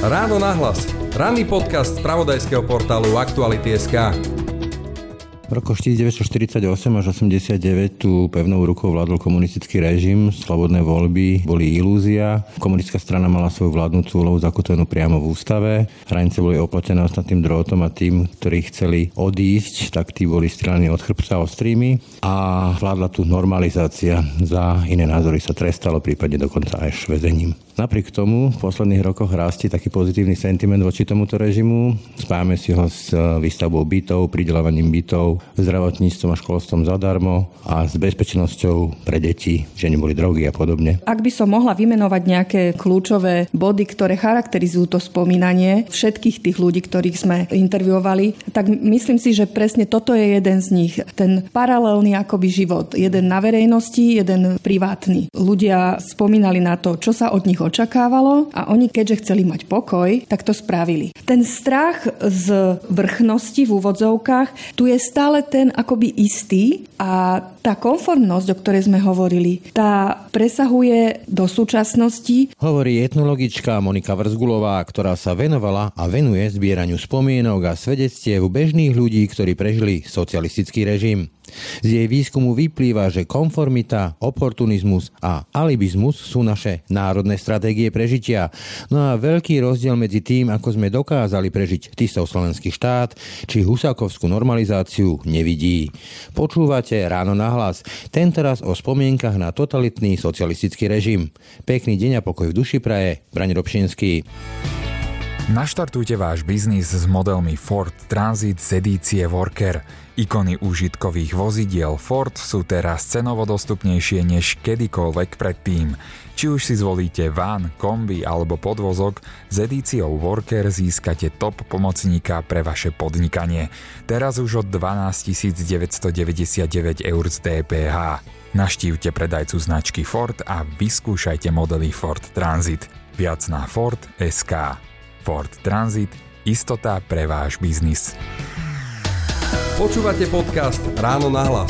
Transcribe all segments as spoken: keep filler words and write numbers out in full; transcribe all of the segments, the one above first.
Ráno nahlas. Ranný podcast z spravodajského portálu Aktuality bodka es ká. V rokoch devätnásťstoštyridsaťosem až osemdesiatdeväť tu pevnou rukou vládol komunistický režim, slobodné voľby boli ilúzia. Komunistická strana mala svoju vládnúcu úlohu zakotvenú priamo v ústave. Hranice boli opletené ostatným drôtom a tým, ktorí chceli odísť, tak tí boli strelení od chrbca ostrými a vládla tu normalizácia. Za iné názory sa trestalo, prípadne dokonca aj väzením. Napriek tomu v posledných rokoch rastie taký pozitívny sentiment voči tomuto režimu. Spájame si ho s výstavbou bytov, prideľovaním bytov, zdravotníctvom a školstvom zadarmo a s bezpečnosťou pre deti, že neboli drogy a podobne. Ak by som mohla vymenovať nejaké kľúčové body, ktoré charakterizujú to spomínanie všetkých tých ľudí, ktorých sme interviovali, tak myslím si, že presne toto je jeden z nich. Ten paralelný akoby život. Jeden na verejnosti, jeden privátny. Ľudia spomínali na to, čo sa od nich očakávalo a oni, keďže chceli mať pokoj, tak to spravili. Ten strach z vrchnosti v úvodzovkách, tu je stále ten akoby istý a tá konformnosť, o ktorej sme hovorili, tá presahuje do súčasnosti. Hovorí etnologička Monika Vrzgulová, ktorá sa venovala a venuje zbieraniu spomienok a svedectiev bežných ľudí, ktorí prežili socialistický režim. Z jej výskumu vyplýva, že konformita, oportunizmus a alibizmus sú naše národné stratégie prežitia. No a veľký rozdiel medzi tým, ako sme dokázali prežiť Tisov slovenský štát, či husákovskú normalizáciu, nevidí. Počúvate Ráno nahlas, tentoraz o spomienkach na totalitný socialistický režim. Pekný deň a pokoj v duši praje, Braň Robšinský. Naštartujte váš biznis s modelmi Ford Transit z edície Worker. Ikony úžitkových vozidiel Ford sú teraz cenovo dostupnejšie než kedykoľvek predtým. Či už si zvolíte van, kombi alebo podvozok, s edíciou Worker získate top pomocníka pre vaše podnikanie. Teraz už od dvanásťtisícdeväťstodeväťdesiatdeväť eur z dé pé há. Naštívte predajcu značky Ford a vyskúšajte modely Ford Transit. Viac na Ford bodka es ká. Ford Transit. Istota pre váš biznis. Počúvate podcast Ráno nahlas.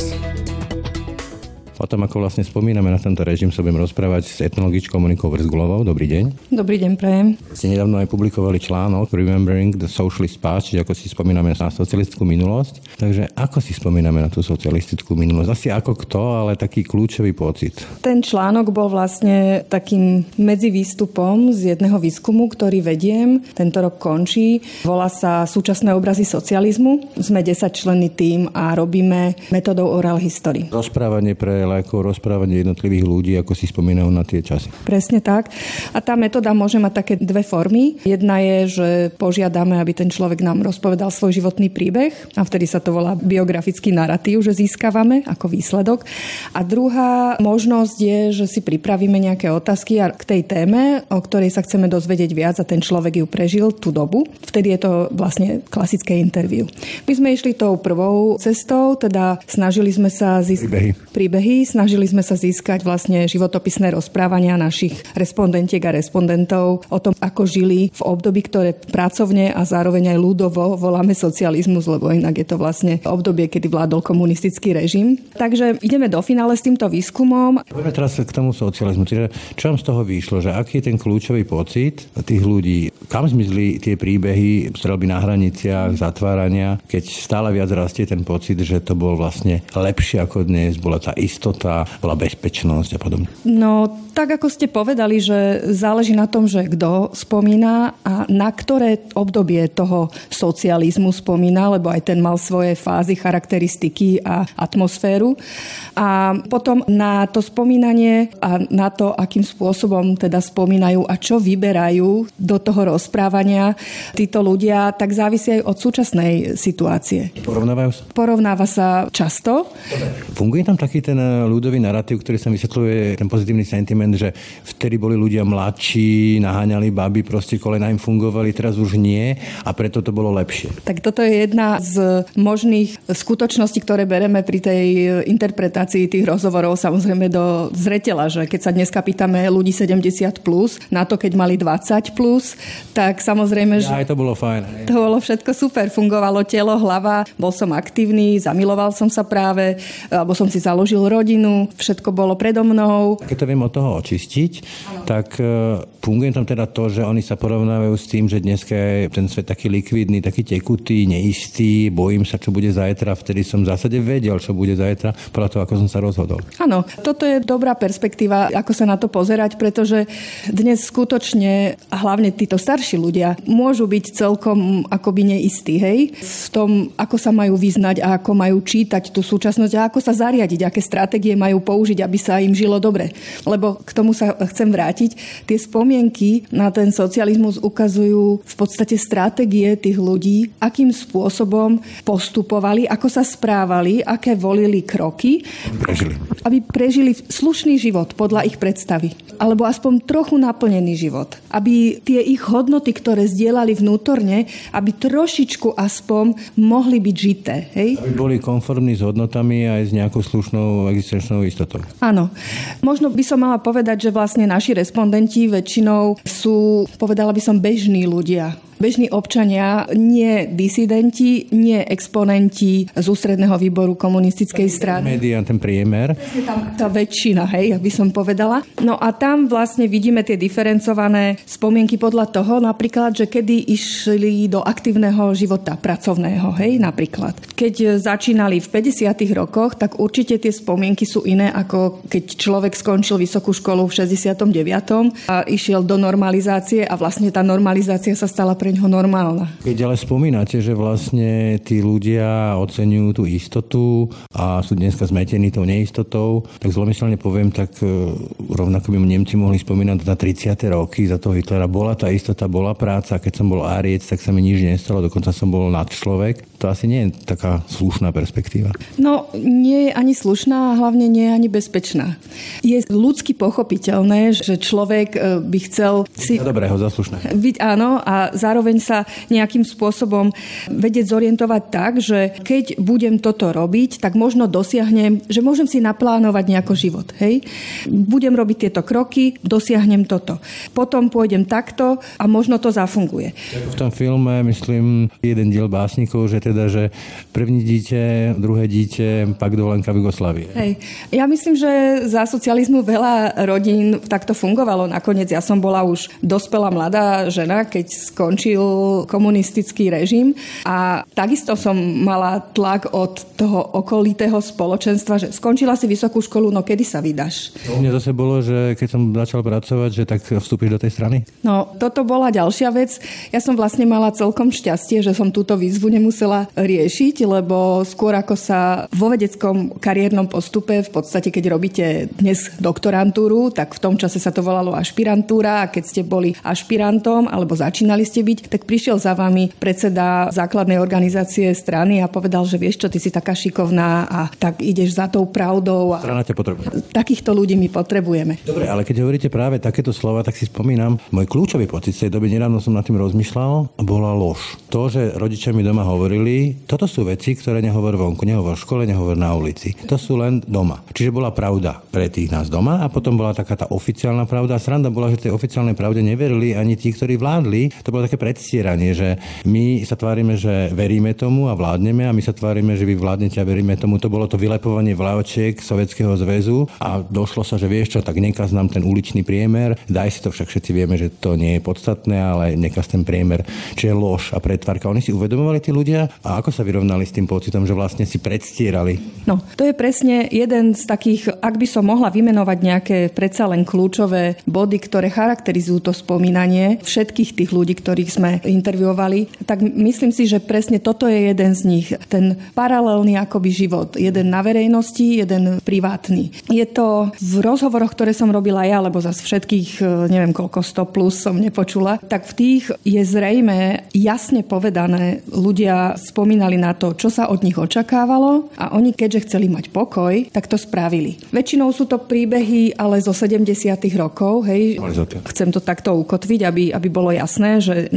O tom, ako vlastne spomíname na tento režim, sa budem rozprávať s etnologičkou Monikou Vrzgulovou. Dobrý deň. Dobrý deň, prajem. Ste nedávno aj publikovali článok Remembering the Socialist Past, čiže ako si spomíname na socialistickú minulosť. Takže ako si spomíname na tú socialistickú minulosť? Asi ako kto, ale taký kľúčový pocit. Ten článok bol vlastne takým medzivýstupom z jedného výskumu, ktorý vediem. Tento rok končí. Volá sa Súčasné obrazy socializmu. Sme desaťčlenný tím a robíme metodou oral history. Rozprávanie pre lajkov, rozprávanie jednotlivých ľudí, ako si spomínajú na tie časy. Presne tak. A tá metóda môže mať také dve formy. Jedna je, že požiadame, aby ten človek nám rozpovedal svoj životný príbeh a vtedy sa to volá biografický naratív, že získavame ako výsledok. A druhá možnosť je, že si pripravíme nejaké otázky k tej téme, o ktorej sa chceme dozvedieť viac a ten človek ju prežil tú dobu. Vtedy je to vlastne klasické interview. My sme išli tou prvou cestou, teda snažili sme sa získať príbehy. príbehy Snažili sme sa získať vlastne životopisné rozprávania našich respondentiek a respondentov o tom, ako žili v období, ktoré pracovne a zároveň aj ľudovo voláme socializmus, lebo inak je to vlastne obdobie, kedy vládol komunistický režim. Takže ideme do finále s týmto výskumom. Poďme teraz k tomu socializmu. Čiže čo vám z toho vyšlo? Že aký je ten kľúčový pocit tých ľudí? Kam zmizli tie príbehy, streľby na hraniciach, zatvárania, keď stále viac rastie ten pocit, že to bol vlastne lepšie ako dnes, bola tá istota, bola bezpečnosť a podobne? No, tak ako ste povedali, že záleží na tom, že kto spomína a na ktoré obdobie toho socializmu spomína, lebo aj ten mal svoje fázy, charakteristiky a atmosféru. A potom na to spomínanie a na to, akým spôsobom teda spomínajú a čo vyberajú do toho rozprávania títo ľudia, tak závisí aj od súčasnej situácie. Porovnávajú sa? Porovnáva sa často. Funguje tam taký ten ľudový narratív, ktorý sa vysvetľuje, ten pozitívny sentiment, že vtedy boli ľudia mladší, naháňali baby, proste kolena im fungovali, teraz už nie a preto to bolo lepšie. Tak toto je jedna z možných skutočností, ktoré bereme pri tej interpretácii tých rozhovorov samozrejme do zreteľa, že keď sa dneska pýtame ľudí sedemdesiat plus, na to keď mali dvadsať plus, tak samozrejme, že... Ja, aj to bolo fajn. To bolo všetko super, fungovalo telo, hlava, bol som aktívny, zamiloval som sa práve, alebo som si založil rodinu, všetko bolo predo mnou. Keď to viem od toho očistiť, ano. tak uh, Funguje tam teda to, že oni sa porovnávajú s tým, že dneska je ten svet taký likvidný, taký tekutý, neistý, bojím sa, čo bude zajtra, vtedy som v zásade vedel, čo bude zajtra, podľa toho, ako som sa rozhodol. Áno, toto je dobrá perspektíva, ako sa na to pozerať, pretože dnes skutočne, a hlavne títo starší ľudia, môžu byť celkom akoby neistí, hej? V tom, ako sa majú vyznať a ako majú čítať tú súčasnosť a ako sa zariadiť, aké stratégie majú použiť, aby sa im žilo dobre. Lebo k tomu sa chcem vrátiť. Tie spomienky na ten socializmus ukazujú v podstate stratégie tých ľudí, akým spôsobom postupovali, ako sa správali, aké volili kroky, Prežili. aby prežili slušný život podľa ich predstavy. Alebo aspoň trochu naplnený život. Aby tie ich hodnoty, ktoré zdieľali vnútorne, aby trošičku aspoň mohli byť žité. Hej? Aby boli konformní s hodnotami aj s nejakou slušnou existenčnou istotou. Áno. Možno by som mala povedať, že vlastne naši respondenti väčšinou sú, povedala by som, bežní ľudia. Bežní občania, nie disidenti, nie exponenti z ústredného výboru komunistickej strany. Média, ten priemer. Tam tá väčšina, hej, jak by som povedala. No a tam vlastne vidíme tie diferencované spomienky podľa toho, napríklad, že kedy išli do aktívneho života pracovného, hej, napríklad. Keď začínali v päťdesiatych rokoch, tak určite tie spomienky sú iné, ako keď človek skončil vysokú školu v šesťdesiatom deviatom a išiel do normalizácie a vlastne tá normalizácia sa stala pre ňoho normálna. Keď ale spomínate, že vlastne tí ľudia oceňujú tú istotu a sú dneska zmetení tou neistotou, tak zlomyselne poviem, tak rovnako by Nemci mohli spomínať na tridsiate roky za toho Hitlera. Bola tá istota, bola práca, keď som bol Áriec, tak sa mi nič nestalo, dokonca som bol nadčlovek. To asi nie je taká slušná perspektíva. No, nie je ani slušná a hlavne nie je ani bezpečná. Je ľudsky pochopiteľné, že človek by chcel si... Za dobrého, za slušného. Byť áno a zároveň sa nejakým spôsobom vedieť zorientovať tak, že keď budem toto robiť, tak možno dosiahnem, že môžem si naplánovať nejako život. Hej? Budem robiť tieto kroky, dosiahnem toto. Potom pôjdem takto a možno to zafunguje. V tom filme, myslím, jeden diel básnikov, že teda, že první dieťa, druhé dieťa, pak dovolenka v Jugoslávii. Hej. Ja myslím, že za socializmu veľa rodín takto fungovalo. Nakoniec ja som bola už dospelá mladá žena, keď skončil komunistický režim a takisto som mala tlak od toho okolitého spoločenstva, že skončila si vysokú školu, no kedy sa vydáš? U mňa zase bolo, že keď som začal pracovať, že tak vstúpiš do tej strany? No, toto bola ďalšia vec. Ja som vlastne mala celkom šťastie, že som túto výzvu nemusela riešiť, lebo skôr ako sa vo vedeckom kariérnom postupe, v podstate keď robíte dnes doktorantúru, tak v tom čase sa to volalo ašpirantúra a keď ste boli ašpirantom alebo začínali ste byť, tak prišiel za vami predseda základnej organizácie strany a povedal, že vieš čo, ty si taká šikovná a tak ideš za tou pravdou. A strana ťa potrebuje. Takýchto ľudí my potrebujeme. Dobre, ale keď hovoríte práve takéto slova, tak si spomínam, môj kľúčový pocit z tej doby, nedávno som nad tým rozmýšľal, bola lož. To, že rodičia mi doma hovorili, toto sú veci, ktoré nehovor vonku, nehovor v škole, nehovor na ulici. To sú len doma. Čiže bola pravda pre tých nás doma a potom bola taká tá oficiálna pravda. A sranda bola, že tej oficiálnej pravde neverili ani tí, ktorí vládli. To bolo také predstieranie, že my sa tvárime, že veríme tomu a vládneme a my sa tvárime, že vy vládnete a veríme tomu. To bolo to vylepovanie vláčiek Sovietskeho zväzu a došlo sa, že vieš čo, tak nekaz nám ten uličný priemer, daj si to, však všetci vieme, že to nie je podstatné, ale nekaz ten priemer, čiže lož a pretvárka. Oni si uvedomovali tí ľudia a ako sa vyrovnali s tým pocitom, že vlastne si predstierali? No, to je presne jeden z takých, ak by som mohla vymenovať nejaké predsa len kľúčové body, ktoré charakterizujú to spomínanie všetkých tých ľudí, ktorých sme interviovali, tak myslím si, že presne toto je jeden z nich. Ten paralelný akoby život. Jeden na verejnosti, jeden privátny. Je to v rozhovoroch, ktoré som robila ja, lebo zase všetkých, neviem koľko, sto plus som nepočula, tak v tých je zrejme jasne povedané, ľudia spomínali na to, čo sa od nich očakávalo a oni, keďže chceli mať pokoj, tak to spravili. Väčšinou sú to príbehy, ale zo sedemdesiatych rokov, hej. Chcem to takto ukotviť, aby, aby bolo jasné, že nie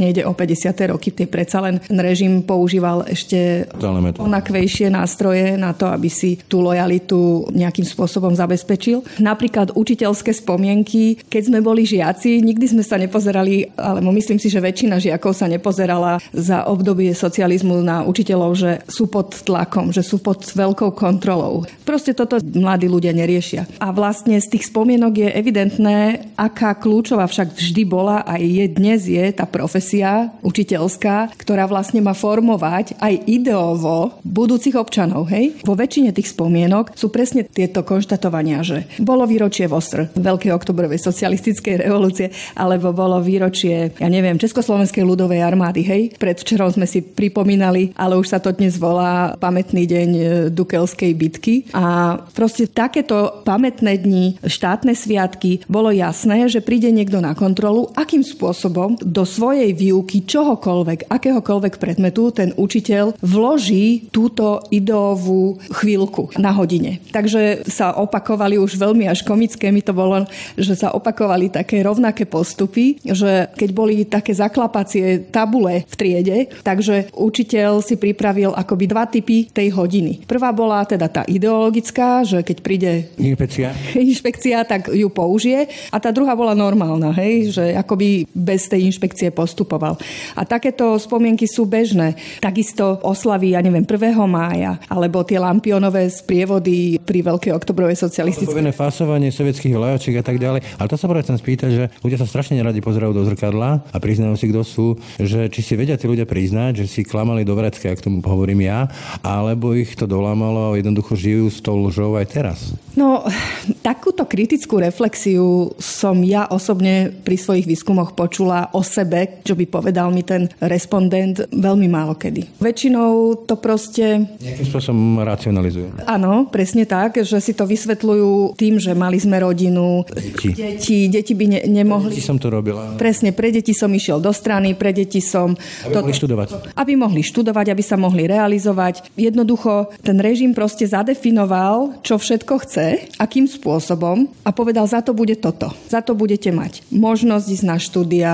nejde o päťdesiate roky, tie predsa len režim používal ešte onakvejšie nástroje na to, aby si tú lojalitu nejakým spôsobom zabezpečil. Napríklad učiteľské spomienky, keď sme boli žiaci, nikdy sme sa nepozerali, alebo myslím si, že väčšina žiakov sa nepozerala za obdobie socializmu na učiteľov, že sú pod tlakom, že sú pod veľkou kontrolou. Proste toto mladí ľudia neriešia. A vlastne z tých spomienok je evidentné, aká kľúčová však vždy bola aj je dnes je tá profesia učiteľská, ktorá vlastne má formovať aj ideovo budúcich občanov. Hej? Vo väčšine tých spomienok sú presne tieto konštatovania, že bolo výročie vé o es er, Veľkej októbrovej socialistickej revolúcie, alebo bolo výročie, ja neviem, Československej ľudovej armády. Hej? Predvčerom sme si pripomínali, ale už sa to dnes volá pamätný deň Dukelskej bitky. A proste takéto pamätné dni, štátne sviatky, bolo jasné, že príde niekto na kontrolu, akým spôsobom do svojej výuky čohokoľvek, akéhokoľvek predmetu ten učiteľ vloží túto ideovú chvíľku na hodine. Takže sa opakovali už veľmi až komické mi to bolo, že sa opakovali také rovnaké postupy, že keď boli také zaklapacie tabule v triede, takže učiteľ si pripravil akoby dva typy tej hodiny. Prvá bola teda tá ideologická, že keď príde inšpekcia, inšpekcia tak ju použije, a tá druhá bola normálna, hej, že akoby bez tej inšpekcie postupoval. A takéto spomienky sú bežné. Takisto oslavy, ja neviem, prvého mája, alebo tie lampionové sprievody pri Veľkej októbrovej socialistickej. Povinné fasovanie sovietských vlajočiek a tak ďalej. Ale to sa práve chcem spýtať, že ľudia sa strašne neradi pozerajú do zrkadla a priznajú si, kto sú, že či si vedia tí ľudia priznať, že si klamali do vrecka, ak tomu hovorím ja, alebo ich to dolámalo a jednoducho žijú s tou lžou aj teraz. No, takúto kritickú reflexiu som ja osobne pri svojich výskumoch počula o sebe, čo by povedal mi ten respondent, veľmi málo kedy. Väčšinou to proste... Nejakým spôsobom racionalizujú. Áno, presne tak, že si to vysvetľujú tým, že mali sme rodinu, deti, deti, deti by ne, nemohli... Deti som to robila. Presne, pre deti som išiel do strany, pre deti som... Aby to... mohli študovať. Aby mohli študovať, aby sa mohli realizovať. Jednoducho, ten režim proste zadefinoval, čo všetko chce, akým spôsobom a povedal, za to bude toto. Za to budete mať možnosť ísť na štúdia,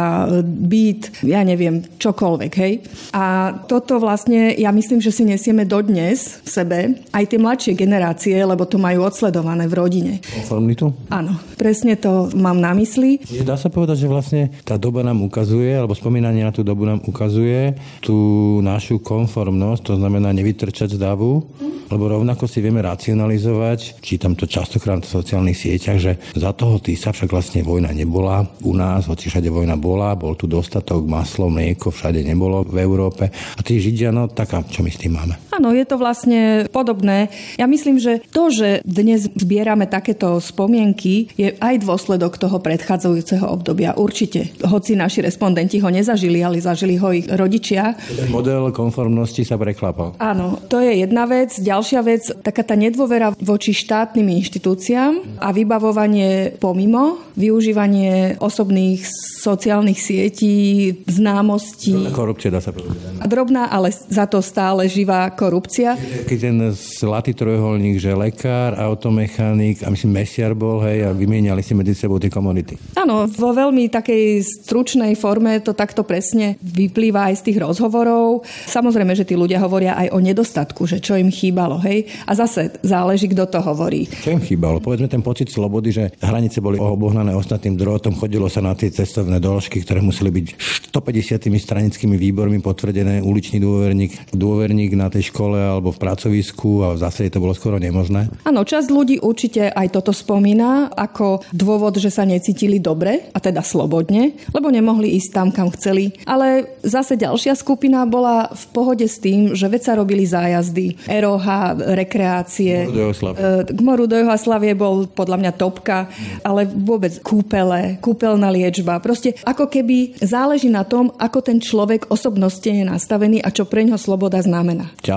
byt, ja neviem, čokoľvek, hej. A toto vlastne, ja myslím, že si nesieme dodnes v sebe aj tie mladšie generácie, lebo to majú odsledované v rodine. Konformitu? Áno, presne to mám na mysli. Dá sa povedať, že vlastne tá doba nám ukazuje, alebo spomínanie na tú dobu nám ukazuje tú našu konformnosť, to znamená nevytrčať z davu, lebo rovnako si vieme racionalizovať, čítam to častokrát na sociálnych sieťach, že za toho Tisa však vlastne vojna nebola u nás, hoci všade vojna bola, bol tu dostatok, maslo, mlieko, všade nebolo v Európe. A tí Židia, no tak a čo my s tým máme? Áno, je to vlastne podobné. Ja myslím, že to, že dnes zbierame takéto spomienky, je aj dôsledok toho predchádzajúceho obdobia. Určite. Hoci naši respondenti ho nezažili, ale zažili ho ich rodičia. Ten model konformnosti sa preklapal. Áno, to je jedna vec. Ďalšia vec, taká tá nedôvera voči štátnym inštitúciám a vybavovanie pomimo, využívanie osobných sociálnych sietí, známostí. Drobná korupcia, dá sa povedať. Drobná, ale za to stále živá korupcia. Keď ten zlatý trojuholník, že lekár, automechanik a myslím mesiar bol, hej, a vymieniali si medzi sebou tie komodity. Áno, vo veľmi takej stručnej forme to takto presne vyplýva aj z tých rozhovorov. Samozrejme, že tí ľudia hovoria aj o nedostatku, že čo im chýbalo, hej. A zase záleží, kto to hovorí. Čo im chýbalo? Povedzme ten pocit slobody, že hranice boli obohnané ostatným drôtom, chodilo sa na tie cestovné doložky, ktoré museli byť stopäťdesiat stranickými výbormi potvrdené, uličný dôverník, dôverník na tej škole alebo v pracovisku a v zásade to bolo skoro nemožné. Áno, časť ľudí určite aj toto spomína ako dôvod, že sa necítili dobre, a teda slobodne, lebo nemohli ísť tam, kam chceli. Ale zase ďalšia skupina bola v pohode s tým, že veď sa robili zájazdy, er ó há, rekreácie. K moru do Juhoslavie bol podľa mňa topka, ale vôbec kúpele, kúpeľná liečba. Proste ako keby záleží na tom, ako ten človek osobnostne je nastavený a čo pre ňoho sloboda znamená. Ďalšia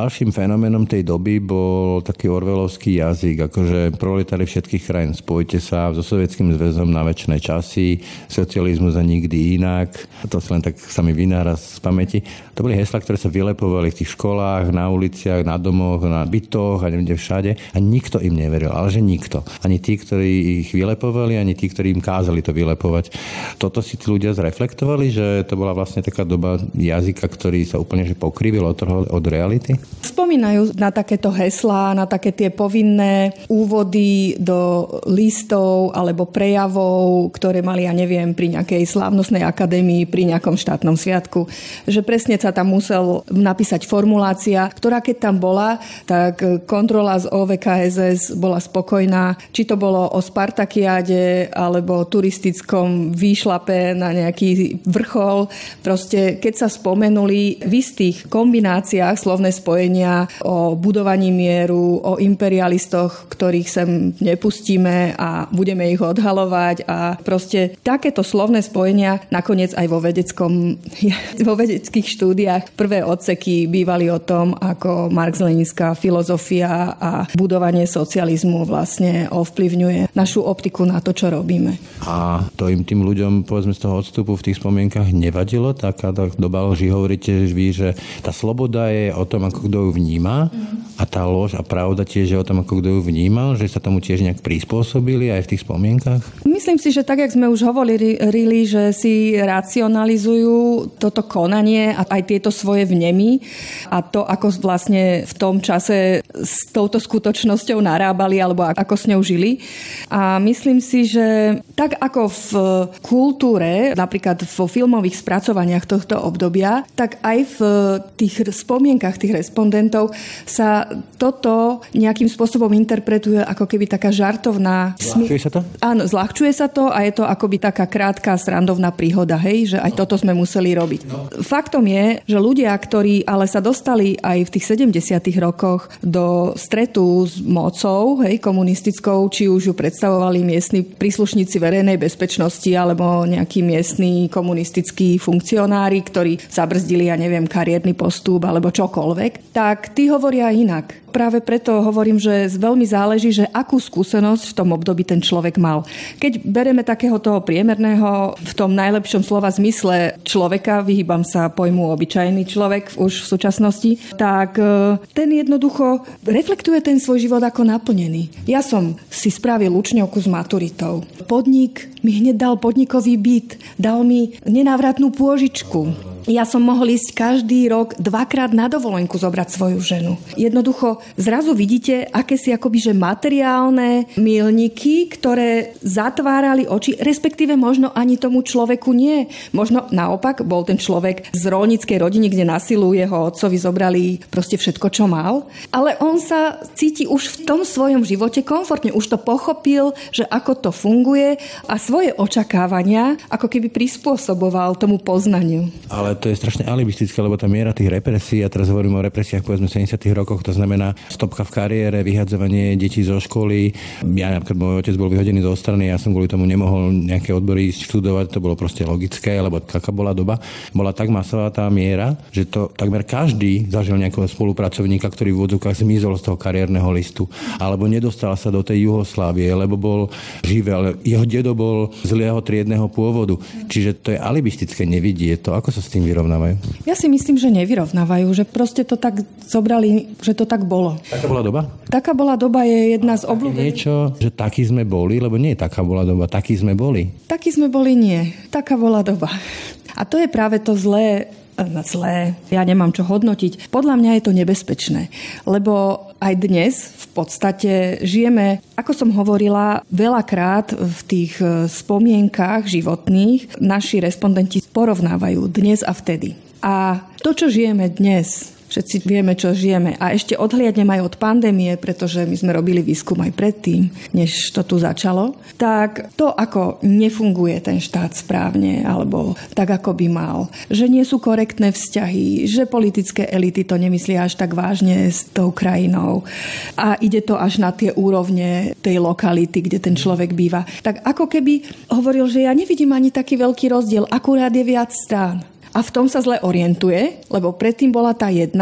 ďalším fenoménom tej doby bol taký orwellovský jazyk, akože proletári všetkých krajín, spojte sa so Sovietským zväzom na večné časy, socializmus a nikdy inak. To sa len tak sa mi vynára z pamäti. To boli heslá, ktoré sa vylepovali v tých školách, na uliciach, na domoch, na bytoch a neviem všade. A nikto im neveril, ale že nikto. Ani tí, ktorí ich vylepovali, ani tí, ktorí im kázali to vylepovať. Toto si tí ľudia zreflektovali, že to bola vlastne taká doba jazyka, ktorý sa úplne že pokrivil od toho, od reality? Spomínajú na takéto heslá, na také tie povinné úvody do listov alebo prejavov, ktoré mali, ja neviem, pri nejakej slávnostnej akadémii, pri nejakom štátnom sviatku. Že presne sa tam musel napísať formulácia, ktorá keď tam bola, tak kontrola z ó vé ká es es bola spokojná. Či to bolo o Spartakiáde alebo turistickom výšlape na nejaký vrchol. Proste, keď sa spomenuli v istých kombináciách slovné spojenia o budovaní mieru, o imperialistoch, ktorých sem nepustíme a budeme ich odhalovať a proste takéto slovné spojenia nakoniec aj vo vedeckom, vo vedeckých štúdiách prvé odseky bývali o tom, ako marx-leninská filozofia a budovanie socializmu vlastne ovplyvňuje našu optiku na to, čo robíme. A to im tým ľuďom, povedzme z toho odstupu v tých spomienkach nevadilo? Taká doba lži, hovoríte vy, že tá sloboda je o tom, ako kto ju vníma a tá lož a pravda tiež je o tom, ako kto ju vnímal, že sa tomu tiež nejak prispôsobili aj v tých spomienkach? Myslím si, že tak, jak sme už hovorili, že si racionalizujú toto konanie a aj tieto svoje vnemy a to, ako vlastne v tom čase s touto skutočnosťou narábali alebo ako s ňou žili. A myslím si, že tak ako v kultúre, napríklad vo filmových spracovaniach tohto obdobia, tak aj v tých spomienkach tých respondentov sa toto nejakým spôsobom interpretuje ako keby taká žartovná... Zľahčuje sa to? Áno, zľahčuje sa to a je to akoby taká krátka srandovná príhoda, hej, že aj toto sme museli robiť. No. Faktom je, že ľudia, ktorí ale sa dostali aj v tých sedemdesiatych rokoch do stretu s mocou, hej, komunistickou, či už ju predstavovali miestni príslušníci verejnej bezpečnosti alebo nejakí miestni komunistickí funkcionári, ktorí zabrzdili, ja neviem, kariérny postup alebo čokoľvek, tak tí hovoria inak. Práve preto hovorím, že veľmi záleží, že akú skúsenosť v tom období ten človek mal. Keď bereme takého toho priemerného, v tom najlepšom slova zmysle človeka, vyhýbam sa pojmu obyčajný človek už v súčasnosti, tak ten jednoducho reflektuje ten svoj život ako naplnený. Ja som si spravil učňovku s maturitou. Podnik mi hneď dal podnikový byt, dal mi nenávratnú pôžičku. Ja som mohol ísť každý rok dvakrát na dovolenku zobrať svoju ženu. Jednoducho zrazu vidíte, aké si akoby že materiálne milníky, ktoré zatvárali oči, respektíve možno ani tomu človeku nie. Možno naopak bol ten človek z roľníckej rodiny, kde na silu jeho otcovi zobrali proste všetko, čo mal. Ale on sa cíti už v tom svojom živote komfortne. Už to pochopil, že ako to funguje a svoje očakávania ako keby prispôsoboval tomu poznaniu. Ale to je strašne alibistické, lebo tá miera tých represí, a teraz hovorím o represiách povedzme v sedemdesiatych rokoch, to znamená stopka v kariére, vyhadzovanie detí zo školy. Ja napríklad môj otec bol vyhodený zo strany, ja som kvôli tomu nemohol nejaké odbory študovať, to bolo proste logické, lebo aká bola doba. Bola tak masová tá miera, že to takmer každý zažil nejakého spolupracovníka, ktorý v odzvukách zmizol z toho kariérneho listu, alebo nedostal sa do tej Juhoslávie, lebo bol živel. Jeho dedo bol zlého triedneho pôvodu. Čiže to je alibistické, nevidie to. Ako sa s tým vyrovnávajú? Ja si myslím, že nevyrovnávajú, že proste to tak zobrali, že to tak bolo. Taká bola doba? Taká bola doba je jedna z obľúbených. Niečo, že takí sme boli, lebo nie taká bola doba, takí sme boli. Takí sme boli, nie. Taká bola doba. A to je práve to zlé, zlé, ja nemám čo hodnotiť. Podľa mňa je to nebezpečné, lebo aj dnes v podstate žijeme, ako som hovorila, veľakrát v tých spomienkách životných naši respondenti porovnávajú dnes a vtedy. A to, čo žijeme dnes, všetci vieme, čo žijeme. A ešte odhliadnem aj od pandémie, pretože my sme robili výskum aj predtým, než to tu začalo. Tak to, ako nefunguje ten štát správne, alebo tak, ako by mal. Že nie sú korektné vzťahy, že politické elity to nemyslia až tak vážne s tou krajinou. A ide to až na tie úrovne tej lokality, kde ten človek býva. Tak ako keby hovoril, že ja nevidím ani taký veľký rozdiel, akurát je viac strán. A v tom sa zle orientuje, lebo predtým bola tá jedna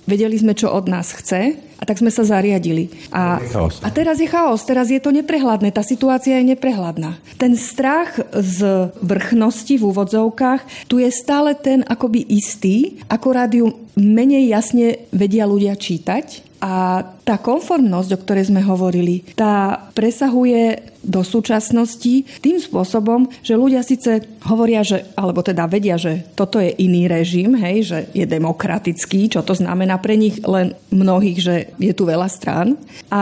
vedeli sme, čo od nás chce a tak sme sa zariadili. A, a teraz je chaos, teraz je to neprehľadné, tá situácia je neprehľadná. Ten strach z vrchnosti v úvodzovkách, tu je stále ten akoby istý, akorát ju menej jasne vedia ľudia čítať. A tá konformnosť, o ktorej sme hovorili, tá presahuje do súčasnosti tým spôsobom, že ľudia síce hovoria, že, alebo teda vedia, že toto je iný režim, hej, že je demokratický, čo to znamená pre nich len mnohých, že je tu veľa strán,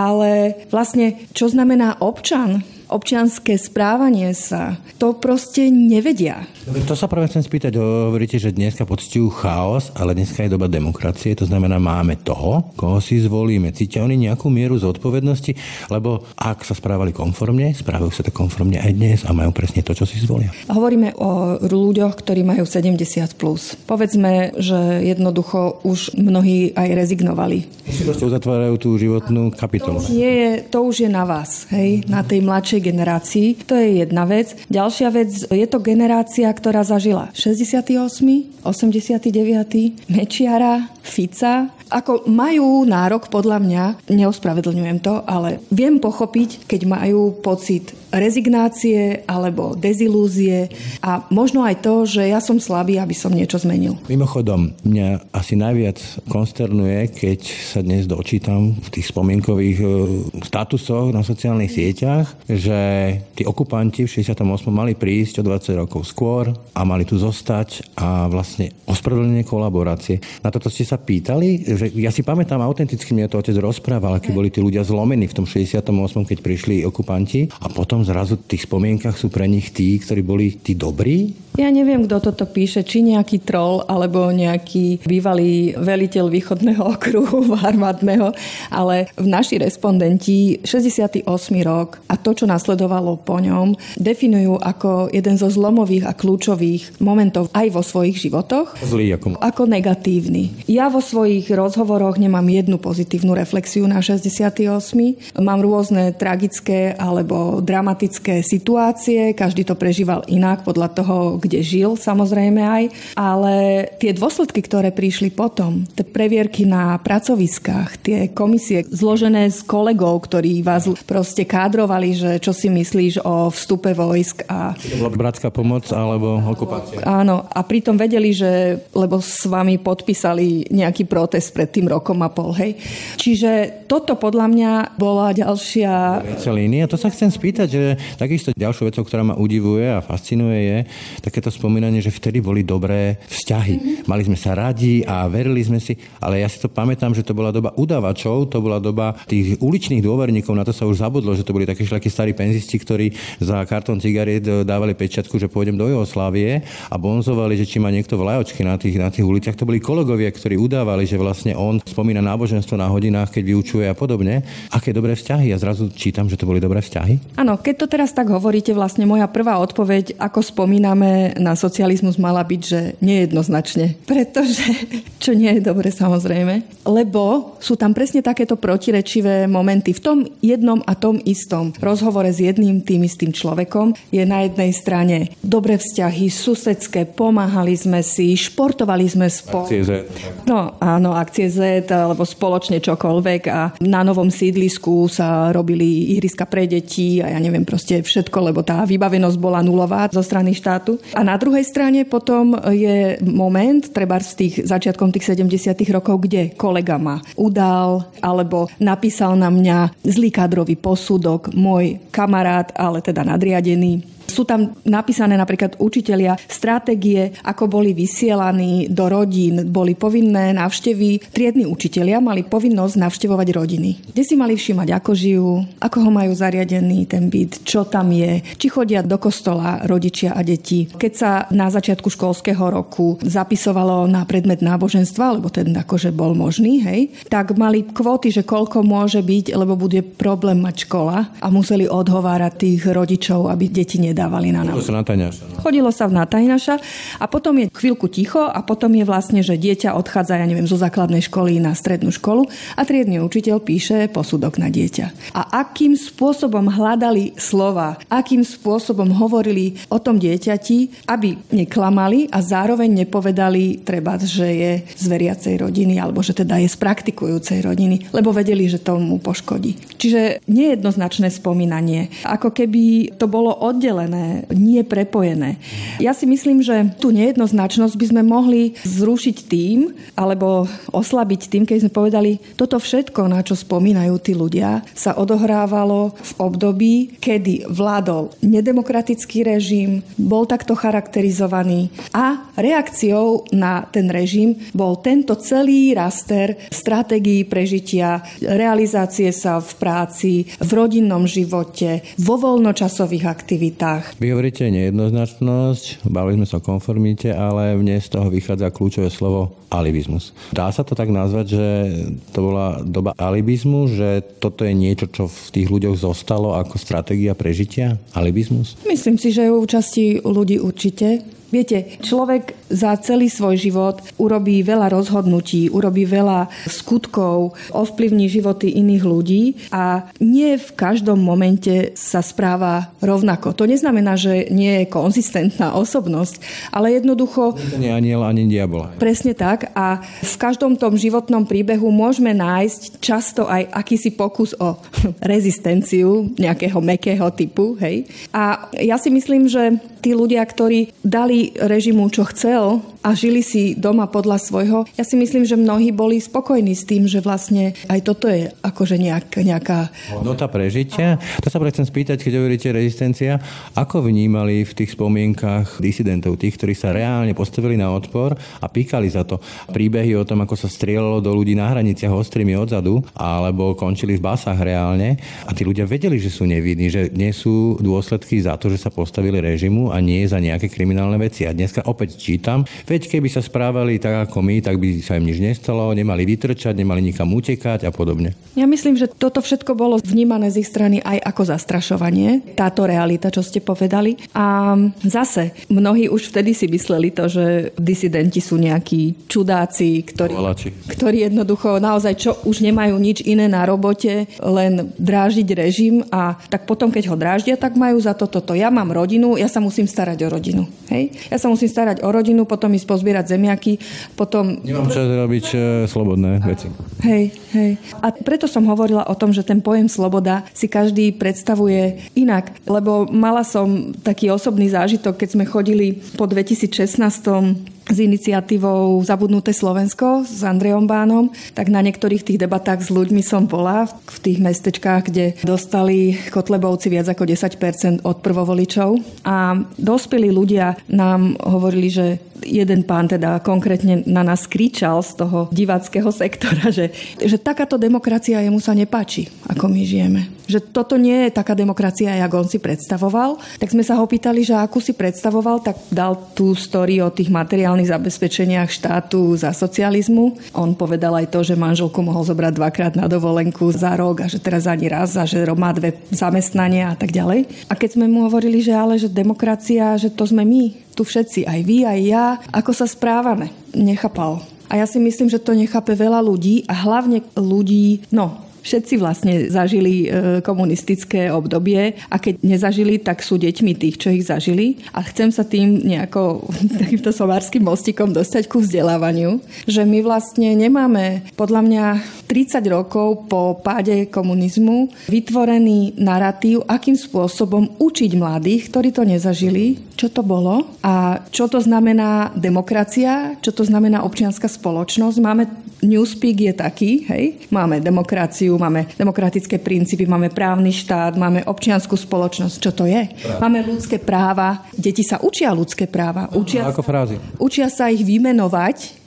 ale vlastne, čo znamená občan, občianske správanie sa, to proste nevedia. To sa práve chcem spýtať, hovoríte, že dneska pocťujú chaos, ale dneska je doba demokracie, to znamená, máme toho, koho si zvolíme. Cítia oni nejakú mieru zodpovednosti, lebo ak sa správali konformne, správajú sa to konformne aj dnes a majú presne to, čo si zvolia. Hovoríme o ľuďoch, ktorí majú sedemdesiat plus. Povedzme, že jednoducho už mnohí aj rezignovali. Si proste uzatvárajú tú životnú kapitolu. To už, nie je, to už je na vás, hej, na tej mladšej generácii. To je jedna vec. Ďalšia vec, je to generácia, ktorá zažila šesťdesiaty ôsmy, osemdesiaty deviaty Mečiara, Fica. Ako majú nárok, podľa mňa, neospravedlňujem to, ale viem pochopiť, keď majú pocit rezignácie alebo dezilúzie a možno aj to, že ja som slabý, aby som niečo zmenil. Mimochodom, mňa asi najviac konsternuje, keď sa dnes dočítam v tých spomienkových statusoch na sociálnych sieťach, že tí okupanti v šesťdesiatom ôsmom mali prísť o dvadsať rokov skôr a mali tu zostať a vlastne ospravedlnenie kolaborácie. Na toto ste sa pýtali? Že ja si pamätám, autenticky mi to otec rozprával, akí boli tí ľudia zlomení v tom šesťdesiatom ôsmom, keď prišli okupanti a potom zrazu v tých spomienkach sú pre nich tí, ktorí boli tí dobrí? Ja neviem, kto toto píše, či nejaký troll alebo nejaký bývalý veliteľ východného okruhu armádneho, ale v naši respondenti šesťdesiaty ôsmy rok a to, čo nasledovalo po ňom, definujú ako jeden zo zlomových a kľúčových momentov aj vo svojich životoch. Zlý ako... Ako negatívny. Ja vo svojich rozhovoroch nemám jednu pozitívnu reflexiu na šesťdesiaty ôsmy Mám rôzne tragické alebo dramatické situácie, každý to prežíval inak podľa toho, kde žil, samozrejme aj, ale tie dôsledky, ktoré prišli potom, tie previerky na pracoviskách, tie komisie zložené z kolegov, ktorí vás proste kádrovali, že čo si myslíš o vstupe vojsk a... To bola bratská pomoc alebo okupácia. Áno, a pritom vedeli, že lebo s vami podpísali nejaký protest pred tým rokom a pol, hej. Čiže toto podľa mňa bola ďalšia... Línia. To sa chcem spýtať, že takisto ďalšou vecou, ktorá ma udivuje a fascinuje je takéto spomínanie, že vtedy boli dobré vzťahy. Mm-hmm. Mali sme sa radi a verili sme si, ale ja si to pamätám, že to bola doba udavačov, to bola doba tých uličných dôverníkov, na to sa už zabudlo, že to boli takí všelijakí starí penzisti, ktorí za kartón cigariet dávali pečiatku, že pôjdem do Jugoslávie a bonzovali, že či má niekto vlajočky na tých, na tých uliciach. To boli kolegovia, ktorí udávali, že vlastne on spomína náboženstvo na hodinách, keď vyučuje a podobne. Aké dobré vzťahy. Ja zrazu čítam, že to boli dobré vzťahy. Áno, keď to teraz tak hovoríte, vlastne moja prvá odpoveď, ako spomíname na socializmus, mala byť, že nejednoznačne. Pretože, čo nie je dobre samozrejme, lebo sú tam presne takéto protirečivé momenty. V tom jednom a tom istom rozhovore s jedným tým istým človekom je na jednej strane dobré vzťahy, susedské, pomáhali sme si, športovali sme spolu. Akcie Z. No áno, akcie Z, alebo spoločne čokoľvek a na novom sídlisku sa robili ihriska pre deti a ja neviem proste všetko, lebo tá vybavenosť bola nulová zo strany štátu. A na druhej strane potom je moment, treba z tých začiatkom tých sedemdesiatych rokov, kde kolega ma udal alebo napísal na mňa zlý kádrový posudok, môj kamarát, ale teda nadriadený. Sú tam napísané napríklad učitelia stratégie, ako boli vysielaní do rodín, boli povinné návštevy. Triedni učitelia mali povinnosť navštevovať rodiny, kde si mali všímať, ako žijú, ako ho majú zariadený ten byt, čo tam je, či chodia do kostola rodičia a deti. Keď sa na začiatku školského roku zapisovalo na predmet náboženstva, lebo ten akože bol možný, hej, tak mali kvóty, že koľko môže byť, lebo bude problém mať škola a museli odhovárať tých rodičov, aby deti nedali. nedávali na nás. Chodilo sa na tajnaša. No. Chodilo sa na tajnaša a potom je chvíľku ticho a potom je vlastne, že dieťa odchádza, ja neviem, zo základnej školy na strednú školu a triedny učiteľ píše posudok na dieťa. A akým spôsobom hľadali slova, akým spôsobom hovorili o tom dieťati, aby neklamali a zároveň nepovedali treba, že je z veriacej rodiny alebo že teda je z praktikujúcej rodiny, lebo vedeli, že to mu poškodí. Čiže nejednoznačné spomínanie. Ako keby to bolo oddelené, nie prepojené. Ja si myslím, že tú nejednoznačnosť by sme mohli zrušiť tým, alebo oslabiť tým, keď sme povedali, toto všetko, na čo spomínajú tí ľudia, sa odohrávalo v období, kedy vládol nedemokratický režim, bol takto charakterizovaný a reakciou na ten režim bol tento celý raster stratégií prežitia, realizácie sa v práci, v rodinnom živote, vo voľnočasových aktivitách. Vy hovoríte nejednoznačnosť, bavili sme sa o konformite, ale mne z toho vychádza kľúčové slovo alibizmus. Dá sa to tak nazvať, že to bola doba alibizmu, že toto je niečo, čo v tých ľuďoch zostalo ako stratégia prežitia? Alibizmus? Myslím si, že u časti ľudí určite. Viete, človek za celý svoj život urobí veľa rozhodnutí, urobí veľa skutkov, ovplyvní životy iných ľudí a nie v každom momente sa správa rovnako. To neznamená, že nie je konzistentná osobnosť, ale jednoducho... To nie je aniel ani diabol. Presne tak a v každom tom životnom príbehu môžeme nájsť často aj akýsi pokus o rezistenciu nejakého mäkkého typu. Hej? A ja si myslím, že tí ľudia, ktorí dali režimu, čo chcel a žili si doma podľa svojho. Ja si myslím, že mnohí boli spokojní s tým, že vlastne aj toto je akože nejak, nejaká... Hodnota prežitia? To sa chcem spýtať, keď hovoríte rezistencia. Ako vnímali v tých spomienkach disidentov, tých, ktorí sa reálne postavili na odpor a píkali za to? Príbehy o tom, ako sa strieľalo do ľudí na hraniciach ostrými odzadu, alebo končili v basách reálne. A tí ľudia vedeli, že sú nevinní, že nie sú dôsledky za to, že sa postavili režimu a nie za nejaké kriminálne veci. A dneska opäť čítam, veď keby sa správali tak ako my, tak by sa im nič nestalo, nemali vytrčať, nemali nikam utekať a podobne. Ja myslím, že toto všetko bolo vnímané z ich strany aj ako zastrašovanie, táto realita, čo ste povedali. A zase, mnohí už vtedy si mysleli to, že disidenti sú nejakí čudáci, ktorí, ktorí jednoducho naozaj čo už nemajú nič iné na robote, len dráždiť režim a tak potom, keď ho dráždia, tak majú za to toto. Ja mám rodinu, ja sa musím starať o rodinu. Hej? Ja sa musím starať o rodinu, potom ísť pozbierať zemiaky, potom... Nemám čas robiť uh, slobodné veci. Hej, hej. A preto som hovorila o tom, že ten pojem sloboda si každý predstavuje inak, lebo mala som taký osobný zážitok, keď sme chodili po dvetisícšestnásť s iniciatívou Zabudnuté Slovensko s Andrejom Bánom, tak na niektorých tých debatách s ľuďmi som bola v tých mestečkách, kde dostali Kotlebovci viac ako desať percent od prvovoličov a dospelí ľudia nám hovorili, že jeden pán teda konkrétne na nás kričal z toho diváckeho sektora, že, že takáto demokracia jemu sa nepáči, ako my žijeme. Že toto nie je taká demokracia, jak on si predstavoval. Tak sme sa ho pýtali, že akú si predstavoval, tak dal tú story o tých materiálnych zabezpečeniach štátu za socializmu. On povedal aj to, že manželku mohol zobrať dvakrát na dovolenku za rok a že teraz ani raz a že má dve zamestnania a tak ďalej. A keď sme mu hovorili, že ale že demokracia, že to sme my, tu všetci, aj vy, aj ja, ako sa správame, nechápal. A ja si myslím, že to nechápe veľa ľudí a hlavne ľudí, no, všetci vlastne zažili komunistické obdobie a keď nezažili, tak sú deťmi tých, čo ich zažili. A chcem sa tým nejako takýmto somárskym mostikom dostať ku vzdelávaniu, že my vlastne nemáme podľa mňa tridsať rokov po páde komunizmu vytvorený naratív, akým spôsobom učiť mladých, ktorí to nezažili, čo to bolo a čo to znamená demokracia, čo to znamená občianska spoločnosť. Máme Newspeak je taký, hej, máme demokraciu, máme demokratické princípy, máme právny štát, máme občiansku spoločnosť. Čo to je? Práve. Máme ľudské práva. Deti sa učia ľudské práva. Učia, no, ako frázy. Učia sa ich vymenovať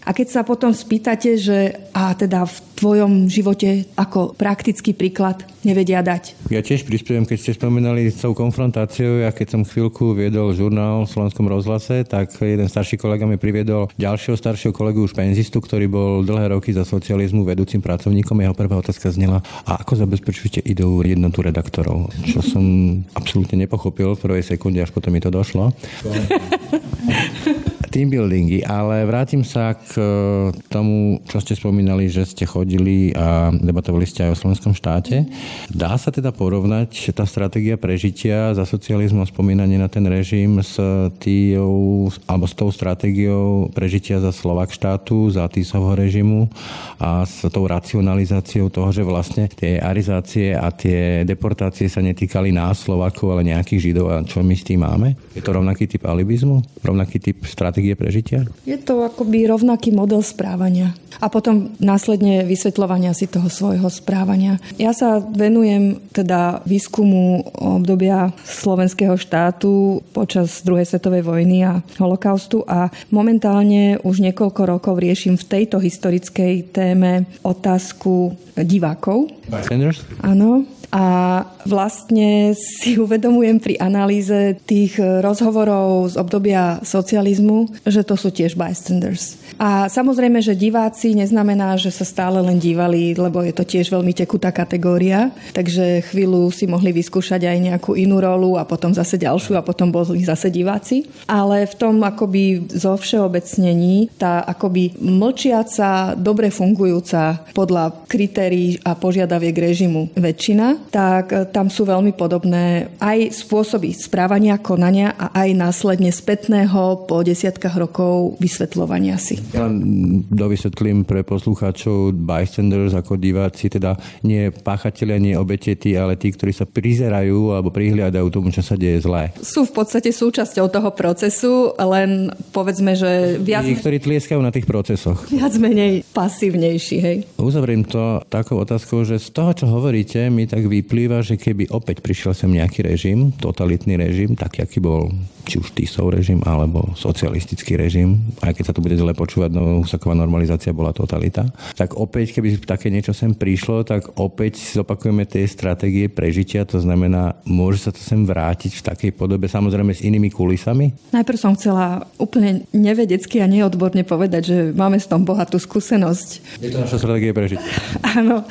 A keď sa potom spýtate, že a teda v tvojom živote ako praktický príklad nevedia dať. Ja tiež prispievam, keď ste spomenali s tou konfrontáciou, ja keď som chvíľku viedol žurnál v Slovenskom rozhlase, tak jeden starší kolega mi priviedol ďalšieho staršieho kolegu, už penzistu, ktorý bol dlhé roky za socializmu vedúcim pracovníkom. Jeho prvá otázka znela, a ako zabezpečujete ideovú jednotu redaktorov? Čo som absolútne nepochopil v prvej sekunde, až potom mi to došlo. Team buildingy, ale vrátim sa k tomu, čo ste spomínali, že ste chodili a debatovali ste aj o slovenskom štáte. Dá sa teda porovnať tá stratégia prežitia za socializmu a spomínanie na ten režim s tým, alebo s tou stratégiou prežitia za Slovak štátu, za Tisovho režimu a s tou racionalizáciou toho, že vlastne tie arizácie a tie deportácie sa netýkali nás, Slovákov, ale nejakých Židov, a čo my s tým máme? Je to rovnaký typ alibizmu? Rovnaký typ stratégie prežitia? Je to akoby rovnaký model správania. A potom následne vysvetľovania si toho svojho správania. Ja sa venujem teda výskumu obdobia slovenského štátu počas druhej svetovej vojny a holokaustu a momentálne už niekoľko rokov riešim v tejto historickej téme otázku divákov. Bystanders? Áno. A vlastne si uvedomujem pri analýze tých rozhovorov z obdobia socializmu, že to sú tiež bystanders. A samozrejme, že diváci neznamená, že sa stále len dívali, lebo je to tiež veľmi tekutá kategória. Takže chvíľu si mohli vyskúšať aj nejakú inú rolu a potom zase ďalšiu a potom boli zase diváci. Ale v tom akoby zo všeobecnení tá akoby mlčiaca, dobre fungujúca podľa kritérií a požiadaviek režimu väčšina, tak tam sú veľmi podobné aj spôsoby správania, konania a aj následne spätného po desiatkách rokov vysvetľovania si. Ja dovysvetlím pre poslucháčov bystanders ako diváci, teda nie páchatelia, nie obeteti, ale tí, ktorí sa prizerajú alebo prihliadajú tomu, čo sa deje zlé. Sú v podstate súčasťou toho procesu, len povedzme, že viac... Tí, ktorí tlieskajú na tých procesoch. Viac menej pasívnejší, hej. Uzavriem to takou otázkou, že z toho, čo hovoríte, mi tak vyplýva, že keby opäť prišiel sem nejaký režim, totalitný režim, taký, aký bol či už Tisov režim, alebo socialistický režim, aj keď sa to bude zle počúvať, no Husáková normalizácia bola totalita, tak opäť, keby také niečo sem prišlo, tak opäť zopakujeme tie stratégie prežitia, to znamená, môže sa to sem vrátiť v takej podobe, samozrejme s inými kulisami? Najprv som chcela úplne nevedecky a neodborne povedať, že máme s tom bohatú skúsenosť. Je to naša stratégia prežitia. Áno,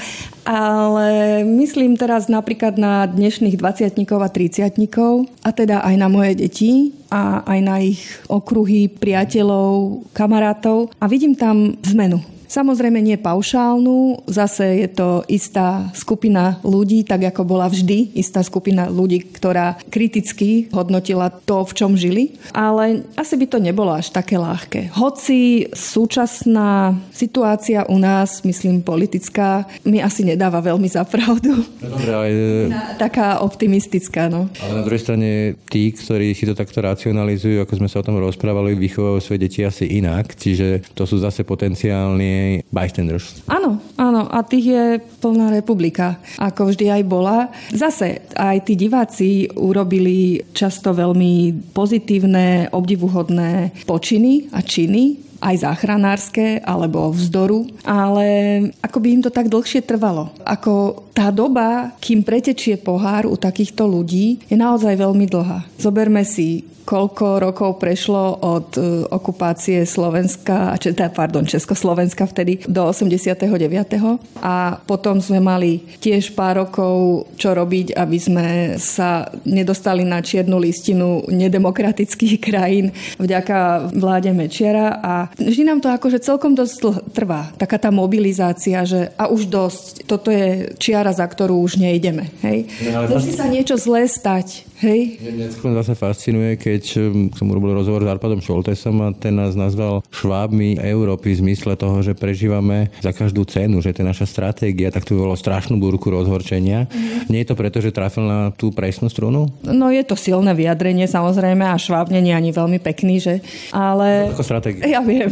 ale myslím teraz napríklad na dnešných dvadsiatnikov a tridsiatnikov a teda aj na moje deti a aj na ich okruhy priateľov, kamarátov a vidím tam zmenu. Samozrejme nie paušálnu, zase je to istá skupina ľudí, tak ako bola vždy istá skupina ľudí, ktorá kriticky hodnotila to, v čom žili, ale asi by to nebolo až také ľahké. Hoci súčasná situácia u nás, myslím politická, mi asi nedáva veľmi za pravdu. Dobre, ale... Taká optimistická, no. Ale na druhej strane tí, ktorí si to takto racionalizujú, ako sme sa o tom rozprávali, vychovajú svoje deti asi inak, čiže to sú zase potenciálne bystanders. Áno, áno, a tých je plná republika, ako vždy aj bola. Zase aj tí diváci urobili často veľmi pozitívne, obdivuhodné počiny a činy, aj záchranárske, alebo vzdoru, ale ako by im to tak dlhšie trvalo. Ako tá doba, kým pretečie pohár u takýchto ľudí, je naozaj veľmi dlhá. Zoberme si, koľko rokov prešlo od okupácie Slovenska, pardon, Československa vtedy do osemdesiateho deviateho a potom sme mali tiež pár rokov čo robiť, aby sme sa nedostali na čiernu listinu nedemokratických krajín vďaka vláde Mečiara a vždy nám to akože celkom dosť trvá. Taká tá mobilizácia, že a už dosť, toto je čiara, za ktorú už nejdeme. Hej? Musí sa niečo zlé stať. Hej? Mňa zase fascinuje, keď som urobil rozhovor s Arpadom Šoltesom a ten nás nazval švábmi Európy v zmysle toho, že prežívame za každú cenu, že to je naša stratégia, tak to bolo strašnú búrku rozhorčenia. Mm. Nie je to preto, že trafil na tú presnú strunu? No je to silné vyjadrenie samozrejme a šváb nie je ani veľmi pekný, že? Ale... Ako stratégia. Ja viem.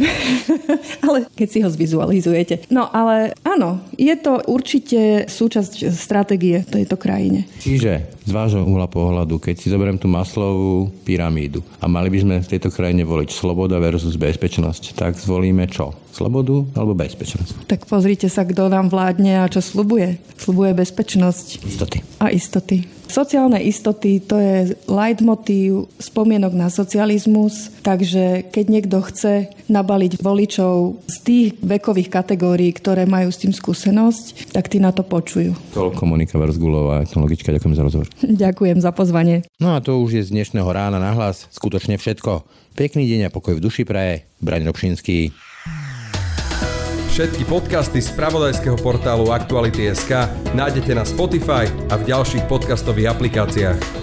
Ale keď si ho zvizualizujete. No ale áno, je to určite súčasť stratégie tejto krajine. Čiže Z vášho uhla pohľadu, keď si zoberiem tú Maslowovú pyramídu a mali by sme v tejto krajine voliť sloboda versus bezpečnosť, tak zvolíme čo? Slobodu alebo bezpečnosť? Tak pozrite sa, kto nám vládne a čo sľubuje. Sľubuje bezpečnosť. Istoty. A istoty. Sociálne istoty, to je leitmotív spomienok na socializmus, takže keď niekto chce nabaliť voličov z tých vekových kategórií, ktoré majú s tým skúsenosť, tak tí na to počujú. Toľko Monika Verzgulová, etnologička, ďakujem za rozhovor. Ďakujem za pozvanie. No a to už je z dnešného rána na hlas skutočne všetko. Pekný deň a pokoj v duši praje. Braň Robšinský. Všetky podcasty z spravodajského portálu Aktuality bodka es ká nájdete na Spotify a v ďalších podcastových aplikáciách.